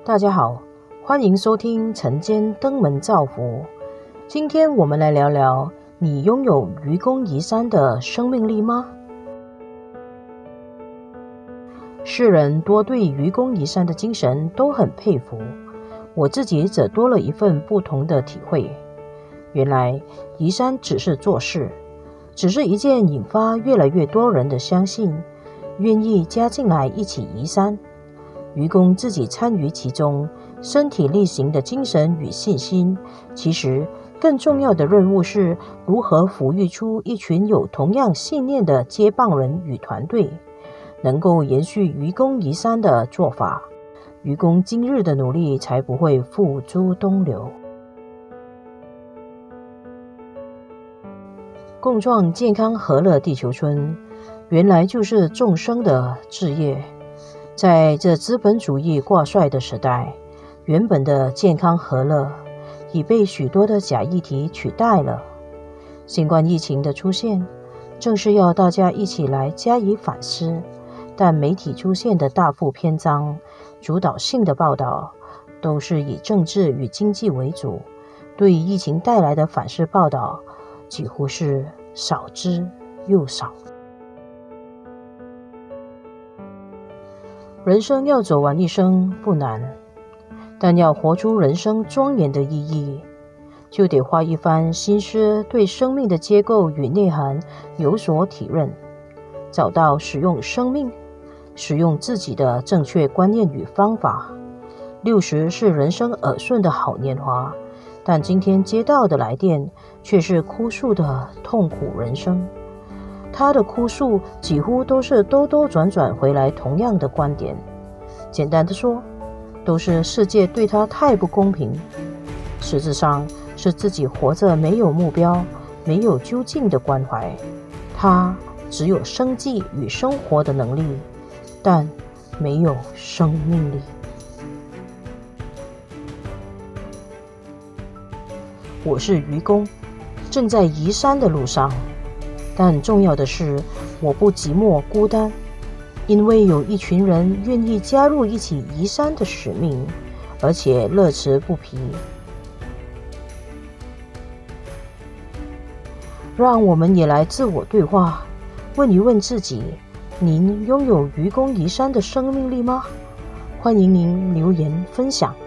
大家好，欢迎收听晨间登门造福。今天我们来聊聊，你拥有愚公移山的生命力吗？世人多对愚公移山的精神都很佩服，我自己则多了一份不同的体会。原来移山只是做事，只是一件引发越来越多人的相信，愿意加进来一起移山。愚公自己参与其中，身体力行的精神与信心，其实更重要的任务是如何抚育出一群有同样信念的接棒人与团队，能够延续愚公移山的做法，愚公今日的努力才不会付诸东流。共创健康和乐地球村，原来就是众生的志业。在这资本主义挂帅的时代，原本的健康和乐已被许多的假议题取代了。新冠疫情的出现，正是要大家一起来加以反思，但媒体出现的大幅篇章、主导性的报道，都是以政治与经济为主，对疫情带来的反思报道，几乎是少之又少。人生要走完一生不难，但要活出人生庄严的意义，就得花一番心思，对生命的结构与内涵有所体认，找到使用生命、使用自己的正确观念与方法。60是人生耳顺的好年华，但今天接到的来电却是哭诉的痛苦人生。他的哭诉几乎都是兜兜转转回来同样的观点，简单的说，都是世界对他太不公平，实质上是自己活着没有目标、没有究竟的关怀。他只有生计与生活的能力，但没有生命力。我是愚公，正在移山的路上，但重要的是，我不寂寞孤单，因为有一群人愿意加入一起移山的使命，而且乐此不疲。让我们也来自我对话，问一问自己，您拥有愚公移山的生命力吗？欢迎您留言分享。